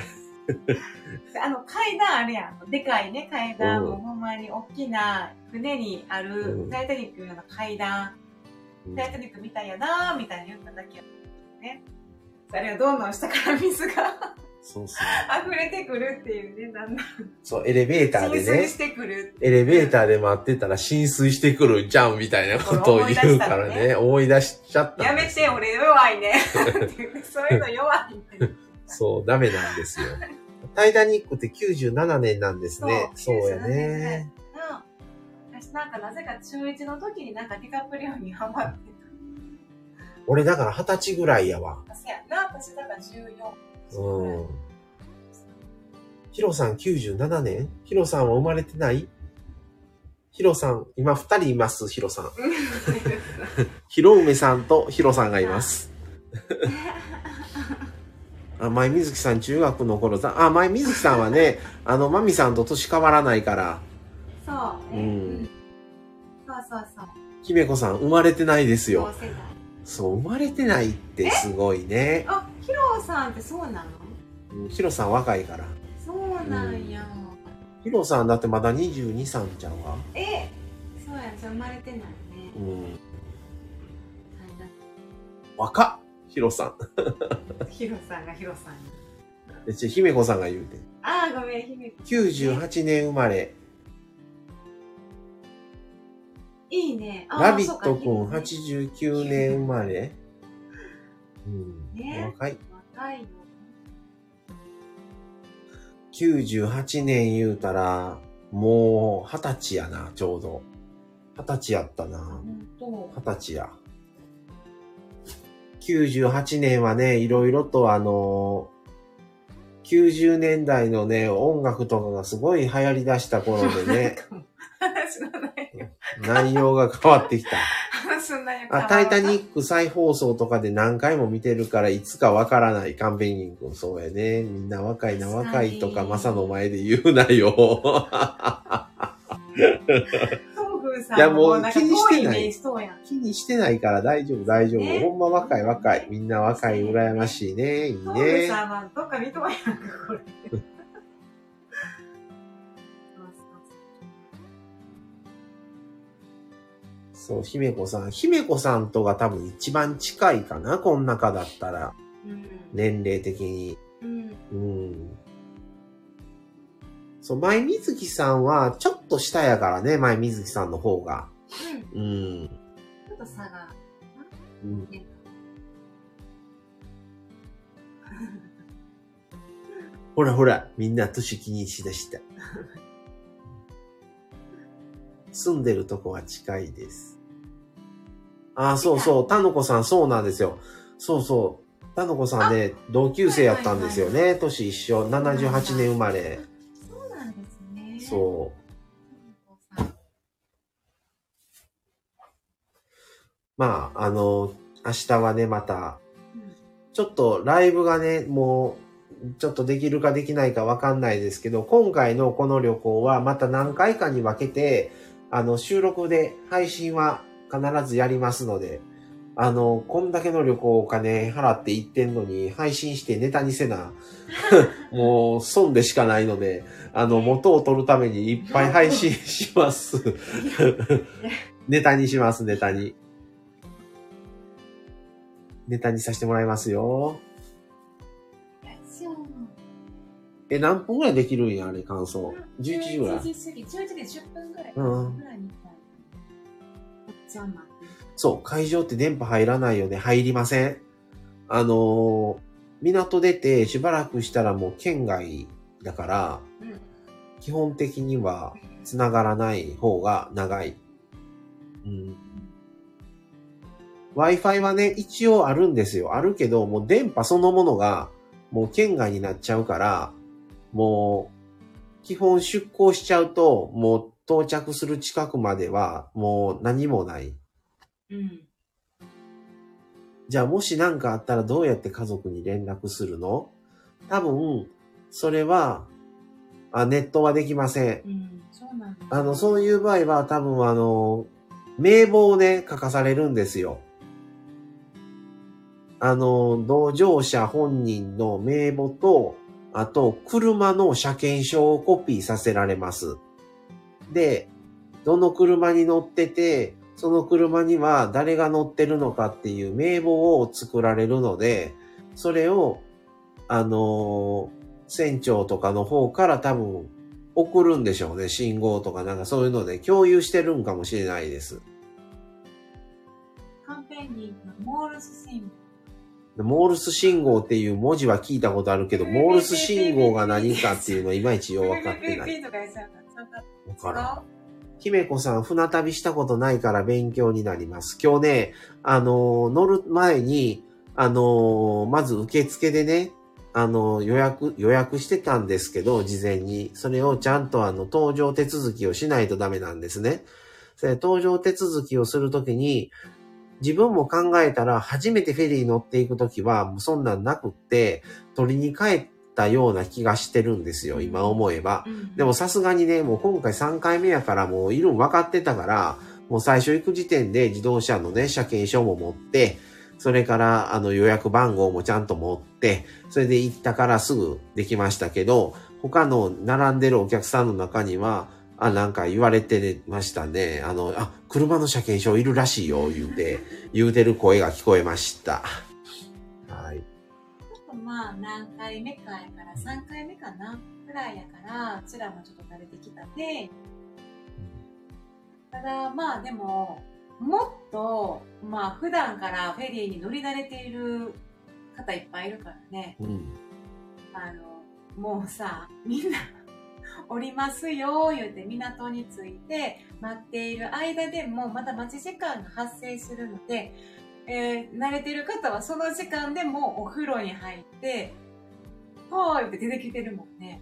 階段あるやん。でかいね、階段。もうほんまに大きな船にあるタイタニックのような階段。タイタニックみたいやなーみたいに言っただけやね。それがどんどん下から水が溢れてくるっていうね、だんだん。そう、エレベーターでね。浸水してくる。エレベーターで待ってたら浸水してくるじゃんみたいなことを言うからね。思い出しちゃった。 やめて、俺弱いね。そういうの弱いね。 そう、ダメなんですよ。タイタニックって97年なんですね。そうやね。 私なんかなぜか中1の時になんかディカプリオにハマってた。 俺だから20歳ぐらいやわ。 そうやな、私だから14。 ヒロさん97年？ヒロさんは生まれてない？ヒロさん、今2人います、ヒロさん。ヒロ梅さんとヒロさんがいます。前水木さん中学の頃前水木さんはね、マミさんと年変わらないから。 そう。そう。 姫子さん生まれてないですよ。そう、生まれてないってすごいね。 ヒロさんってそうなの？ ヒロさん若いから。 そうなんや。 ヒロさんだってまだ22、3ちゃんは？ そうやん、生まれてないね。 若っヒロさん。 ヒロさんがヒロさんに。 姫子さんが言うて。 ごめん、姫子。 98年生まれ。 いいね。 ラビットくん89年生まれ。若い。 若いよ。 98年言うたら、もう20歳やな、ちょうど。20歳やったな。20歳や。98年はね、いろいろと90年代のね、音楽とかがすごい流行り出した頃でね。内容が変わってきた。タイタニック再放送とかで何回も見てるからいつかわからない。カンペニン君、そうやね。みんな若いな、若いとかマサの前で言うなよ。いやもう気にしてない。気にしてないから大丈夫、大丈夫。ほんま若い若い。みんな若い、羨ましいね。いいね。 どっか見とやんか、これ。 そう、姫子さん。姫子さんとが多分一番近いかな、この中だったら。年齢的に。そう、前水木さんはちょっと下やからね、前水木さんの方が。 ちょっと差が。 ほらほら、みんな年気にしだした。住んでるとこは近いです。そうそう、たのこさんそうなんですよ。そうそう。たのこさんね、同級生やったんですよね。年一緒。78年生まれ。 そうなんですね。 そう。まあ、明日はね、また、ちょっとライブがね、もう、ちょっとできるかできないかわかんないですけど、今回のこの旅行はまた何回かに分けて、収録で配信は必ずやりますので、こんだけの旅行お金払って行ってんのに、配信してネタにせな、もう損でしかないので、元を取るためにいっぱい配信します。ネタにします、ネタに。ネタにさせてもらいますよ。何分ぐらいできるんや、あれ、感想。11時ぐらい。 11時過ぎ、11時10分ぐらい。 そう、会場って電波入らないよね。入りません。港出てしばらくしたらもう県外だから、基本的には繋がらない方が長い。Wi-Fi はね、一応あるんですよ。あるけど、もう電波そのものがもう県外になっちゃうから、もう、基本出港しちゃうと、もう到着する近くまでは、もう何もない。じゃあもし何かあったらどうやって家族に連絡するの？多分、それは、ネットはできません。 そうなんです。 そういう場合は多分名簿をね、書かされるんですよ。同乗者本人の名簿と、あと、車の車検証をコピーさせられます。で、どの車に乗ってて、その車には誰が乗ってるのかっていう名簿を作られるので、それを、船長とかの方から多分送るんでしょうね。信号とかなんかそういうので共有してるんかもしれないです。 カンペニーのモールス信号。 モールス信号っていう文字は聞いたことあるけど、モールス信号が何かっていうのはいまいちよう分かってない。わからん。姫子さん、船旅したことないから勉強になります。今日ね、乗る前に、まず受付でね、予約してたんですけど、事前に。それをちゃんと搭乗手続きをしないとダメなんですね。それ搭乗手続きをするときに、自分も考えたら初めてフェリー乗っていくときはもうそんなんなくって取りに帰ったような気がしてるんですよ、今思えば。でもさすがにね、もう今回3回目やからもういるん分かってたから、もう最初行く時点で自動車のね、車検証も持って、それから予約番号もちゃんと持って、それで行ったからすぐできましたけど、 他の並んでるお客さんの中には、なんか言われてましたね。車の車検証いるらしいよ、言うてる声が聞こえました。はい。 まあ、何回目かやから、3回目かな、くらいやから、うちらもちょっと慣れてきたで、ただ、まあでも、もっと、まあ普段からフェリーに乗り慣れている方いっぱいいるからね。うん、もうさ、みんな、降りますよ言って港に着いて待っている間でもまだ待ち時間が発生するので、慣れてる方はその時間でもお風呂に入ってはーいって出てきてるもんね。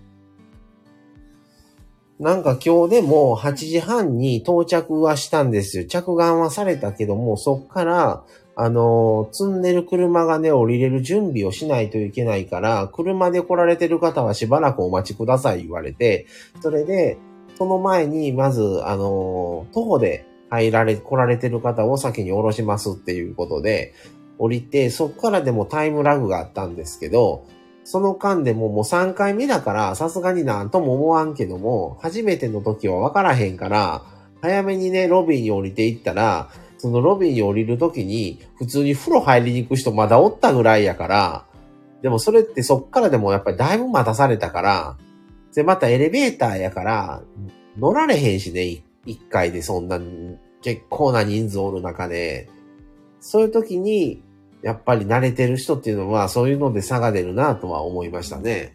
なんか今日でも8時半に到着はしたんですよ。着岸はされたけども、そっから積んでる車がね、降りれる準備をしないといけないから、車で来られてる方はしばらくお待ちください言われて、それで、その前に、まず、徒歩で来られてる方を先に降ろしますっていうことで、降りて、そっからでもタイムラグがあったんですけど、その間でもう3回目だから、さすがになんとも思わんけども、初めての時は分からへんから、早めにね、ロビーに降りていったら、そのロビーに降りるときに、普通に風呂入りに行く人まだおったぐらいやから、でもそれってそっからでもやっぱりだいぶ待たされたから、で、またエレベーターやから、乗られへんしね、一回でそんな結構な人数おる中で、そういう時に、やっぱり慣れてる人っていうのは、そういうので差が出るなとは思いましたね。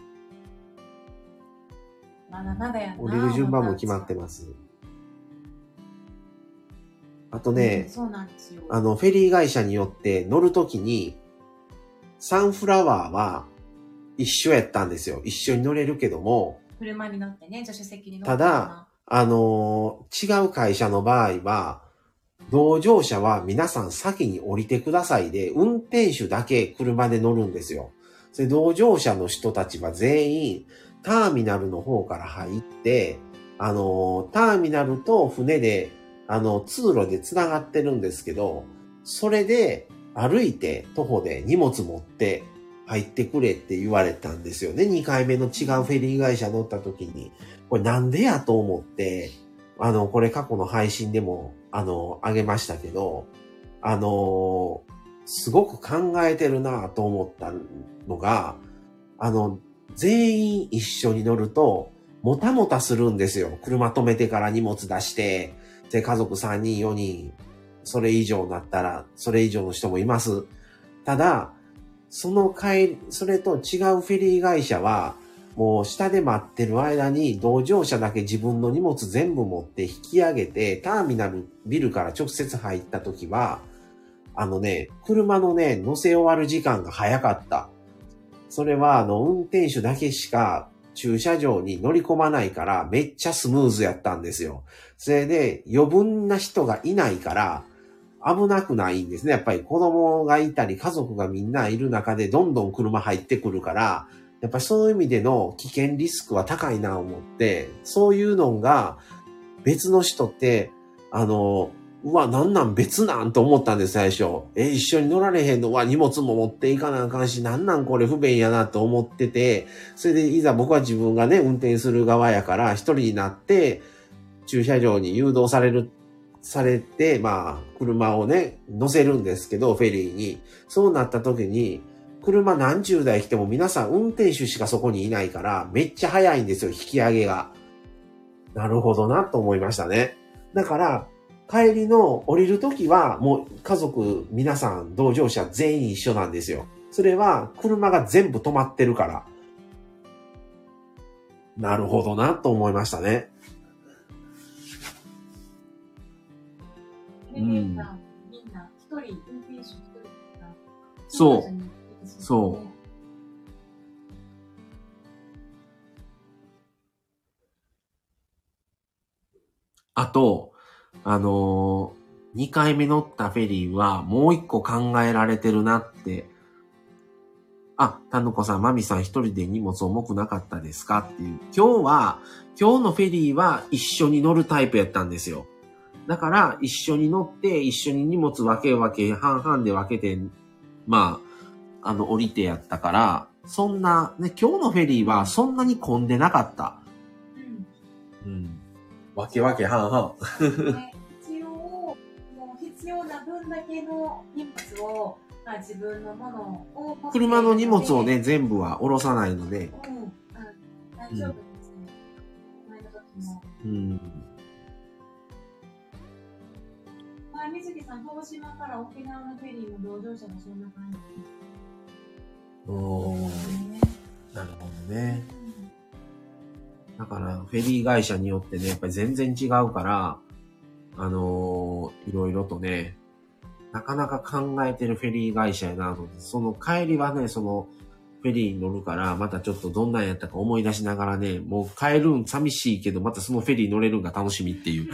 まだまだやな。 降りる順番も決まってます。あとね、 そうなんですよ。 フェリー会社によって乗るときに、サンフラワーは一緒やったんですよ。一緒に乗れるけども。 車に乗ってね、助手席に乗って。 ただ、違う会社の場合は、同乗者は皆さん先に降りてくださいで、運転手だけ車で乗るんですよ。それ同乗者の人たちは全員、ターミナルの方から入って、ターミナルと船で、通路で繋がってるんですけど、それで歩いて徒歩で荷物持って入ってくれって言われたんですよね。2回目の違うフェリー会社乗った時に。これなんでやと思って、これ過去の配信でも、あげましたけど、すごく考えてるなと思ったのが、全員一緒に乗ると、もたもたするんですよ。車止めてから荷物出して、で、家族3人、4人、それ以上になったら、それ以上の人もいます。ただ、それと違うフェリー会社は、もう下で待ってる間に同乗者だけ自分の荷物全部持って引き上げて、ターミナルビルから直接入った時は、車のね、乗せ終わる時間が早かった。それは、運転手だけしか駐車場に乗り込まないから、めっちゃスムーズやったんですよ。それで、余分な人がいないから、危なくないんですね。やっぱり子供がいたり、家族がみんないる中で、どんどん車入ってくるから、やっぱりそういう意味での危険リスクは高いなと思って、そういうのが、別の人って、なん別なんと思ったんです、最初。一緒に乗られへんのは荷物も持っていかなあかんし、なんこれ不便やなと思ってて、それでいざ僕は自分がね、運転する側やから一人になって、駐車場に誘導されて、車をね、乗せるんですけど、フェリーに。そうなった時に、車何十台来ても皆さん運転手しかそこにいないから、めっちゃ早いんですよ、引き上げが。なるほどなと思いましたね。だから、帰りの降りるときは、もう家族皆さん同乗者全員一緒なんですよ。それは車が全部止まってるから。なるほどなと思いましたね。 みんな一人運転手一人そう。そう。あと、2回目乗ったフェリーはもう1個考えられてるなって。たぬこさん、まみさん一人で荷物重くなかったですかっていう。今日のフェリーは一緒に乗るタイプやったんですよ。だから一緒に乗って一緒に荷物半々で分けて、降りてやったから、 そんな、ね、今日のフェリーはそんなに混んでなかった。うん。うん。わけわけ半々。 一応、もう必要な分だけの荷物を、自分のものを持っているので。 車の荷物をね、全部は下ろさないので。 うん。大丈夫ですね。前の時も。うん。水木さん、鹿児島から沖縄のフェリーの同乗者がそんな感じ。 なるほどね。だから、フェリー会社によってね、やっぱり全然違うから、いろいろとね、なかなか考えてるフェリー会社やなと。その帰りはね、その、フェリーに乗るから、またちょっとどんなんやったか思い出しながらね、もう帰るん寂しいけど、またそのフェリー乗れるんが楽しみっていう。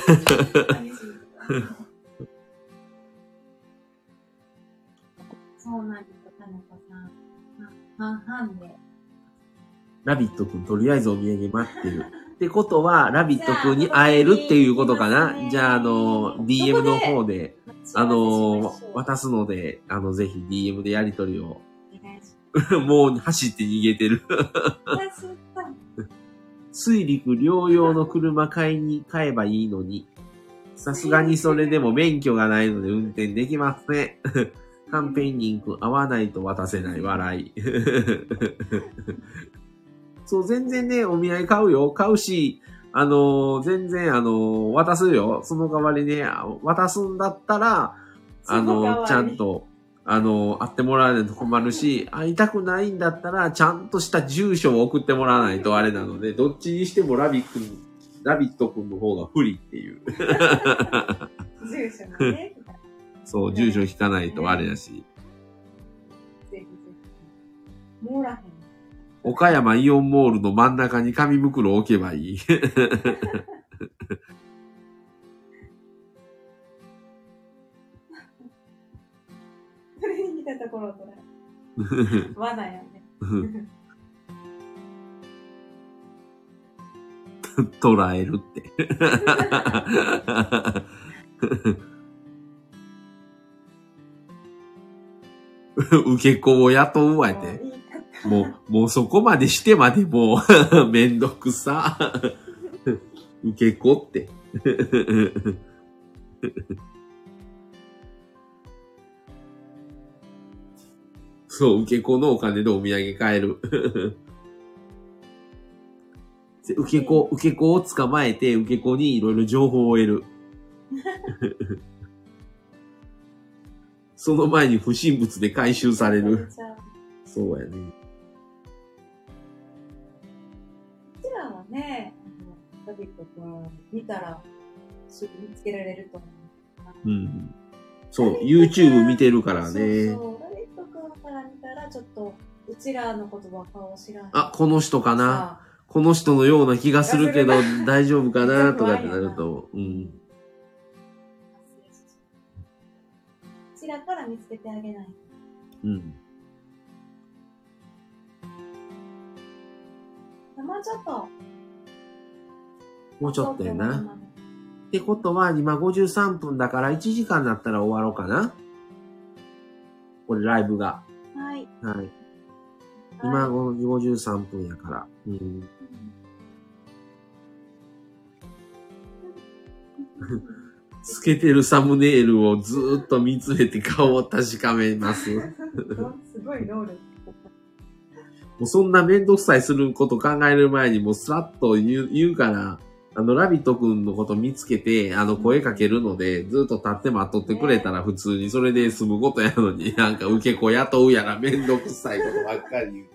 そうなんです、金子さん。半々で。 ラビットくん、とりあえずお土産待ってる。ってことは、ラビットくんに会えるっていうことかな。じゃあ、DM の方で、渡すので、ぜひ DM でやり取りを。もう走って逃げてる。水陸両用の車買えばいいのに。さすがにそれでも免許がないので運転できません。カンペンギンくん会わないと渡せない笑い。そう、全然ね、お土産買うよ。買うし、全然渡すよ。その代わりね、渡すんだったら、ちゃんと、会ってもらわないと困るし、会いたくないんだったら、ちゃんとした住所を送ってもらわないとあれなので、どっちにしてもラビットくんの方が不利っていう。 住所もね。 そう、住所引かないとあれだし。ぜひぜひ。もらへん。 岡山イオンモールの真ん中に紙袋を置けばいい。それに似たところとね。罠やね。 捉えるって。受け子を雇うわって。もうそこまでしてまでもうめんどくさ。受け子って。そう、受け子のお金でお土産買える。受け子を捕まえて、受け子にいろいろ情報を得る。その前に不審物で回収される。そうやね。 こちらはね、ラビット君見たらすぐ見つけられると思う。 うん。そう、YouTube 見てるからね。そう、ラビット君から見たらちょっと、うちらの言葉顔知らない。 あ、この人かな。この人のような気がするけど大丈夫かなとかってなると、うん。 こちらから見つけてあげない。 うん。 もうちょっと。 もうちょっとやな。ってことは、今53分だから1時間だったら終わろうかな。これライブが。 はい。 はい。今53分やから。うん。つけてるサムネイルをずーっと見つめて顔を確かめます。すごい能力。 もうそんなめんどくさいすること考える前にもうスラッと言うから、ラビットくんのこと見つけて、声かけるので、ずっと立って待っとってくれたら普通にそれで済むことやのに、なんか受け子雇うやらめんどくさいことばっかり言う。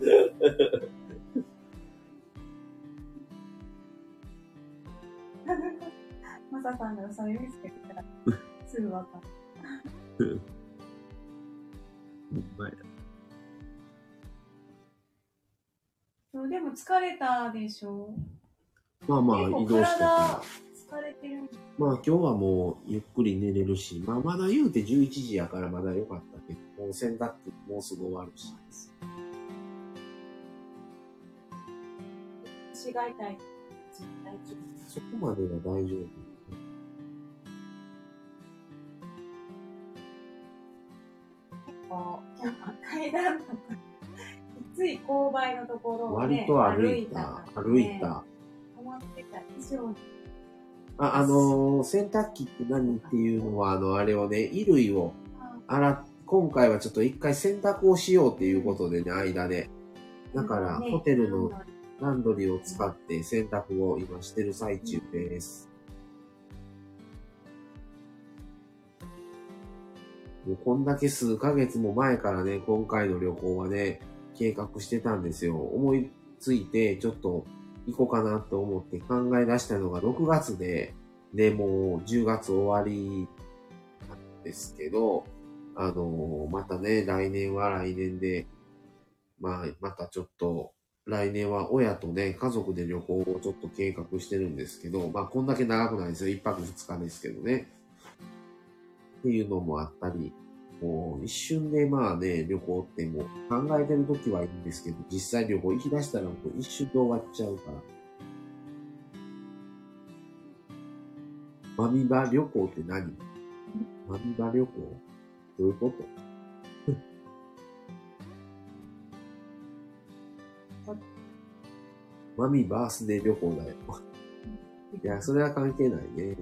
マサさんがそれ見つけたら、すぐわかる。でも疲れたでしょ？ まあまあ移動して。 疲れてる。 まあ今日はもうゆっくり寝れるし、まあまだ言うて11時やからまだ良かったけど、もう洗濯もうすぐ終わるし。 腰が痛い。 そこまでは大丈夫。 結構、やっぱ階段とか、 つい勾配のところを、ね、 割と歩いた。歩いた。 思ってた以上に。 洗濯機って何っていうのは、あれをね、衣類を今回はちょっと一回洗濯をしようっていうことでね、間で。だから、ホテルのランドリーを使って洗濯を今してる最中です。もうこんだけ数ヶ月も前からね、今回の旅行はね、計画してたんですよ。思いついて、ちょっと行こうかなと思って考え出したのが6月で、もう10月終わりなんですけど、またね、来年は来年で、またちょっと、来年は親とね、家族で旅行をちょっと計画してるんですけど、こんだけ長くないですよ。1泊2日ですけどね。っていうのもあったり、もう一瞬で旅行ってもう考えてるときはいいんですけど、実際旅行行き出したらもう一瞬で終わっちゃうから。マミバ旅行って何？マミバ旅行？どういうこと？マミバースデー旅行だよ。いや、それは関係ないね。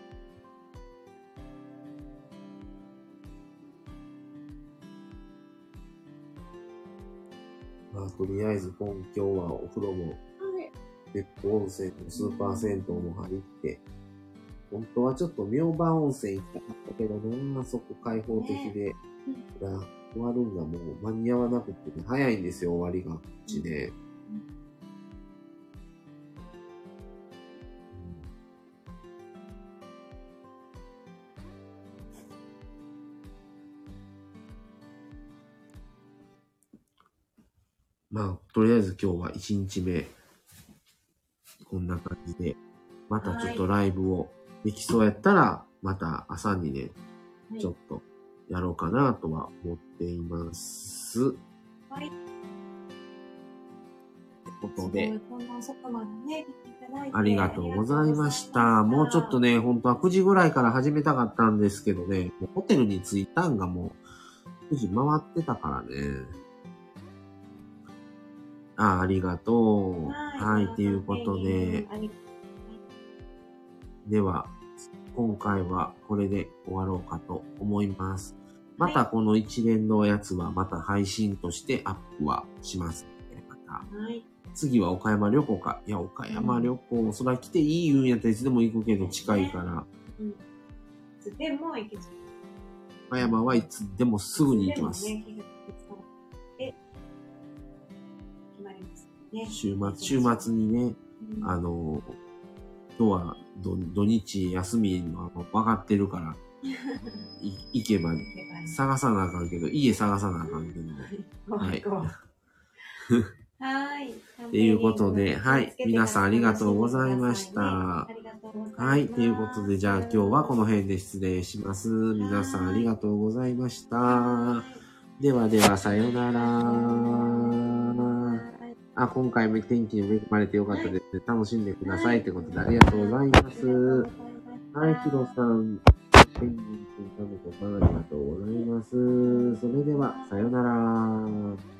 とりあえず今日はお風呂も、別府温泉のスーパー銭湯も入って、本当はちょっと明晩温泉行きたかったけどな、そこ開放的で、終わるんがもう間に合わなくて、ね、早いんですよ、終わりがこっちで。とりあえず今日は1日目、こんな感じで、またちょっとライブをできそうやったら、また朝にね、ちょっとやろうかなとは思っています。はい。ってことで、ありがとうございました。もうちょっとね、本当は9時ぐらいから始めたかったんですけどね、もうホテルに着いたんがもう9時回ってたからね。ありがとう。はい、ということで、では、今回はこれで終わろうかと思います。またこの一連のやつはまた配信としてアップはしますので、また。次は岡山旅行か。いや、岡山旅行、そら来ていい言うんやったらいつでも行くけど近いから。いつでも行けちゃう。岡山はいつでもすぐに行きます。週末にね、今日は土日休みの分かってるから、行けば探さなあかんけど、家探さなあかんけど。はい。はい。ということで、はい。皆さんありがとうございました。はい。ということで、じゃあ今日はこの辺で失礼します。皆さんありがとうございました。ではでは、さようなら。今回も天気に恵まれてよかったですね。楽しんでください。ということでありがとうございます。はい、ヒロさん、ペンギンくん、タムコさんありがとうございます。それでは、さようなら。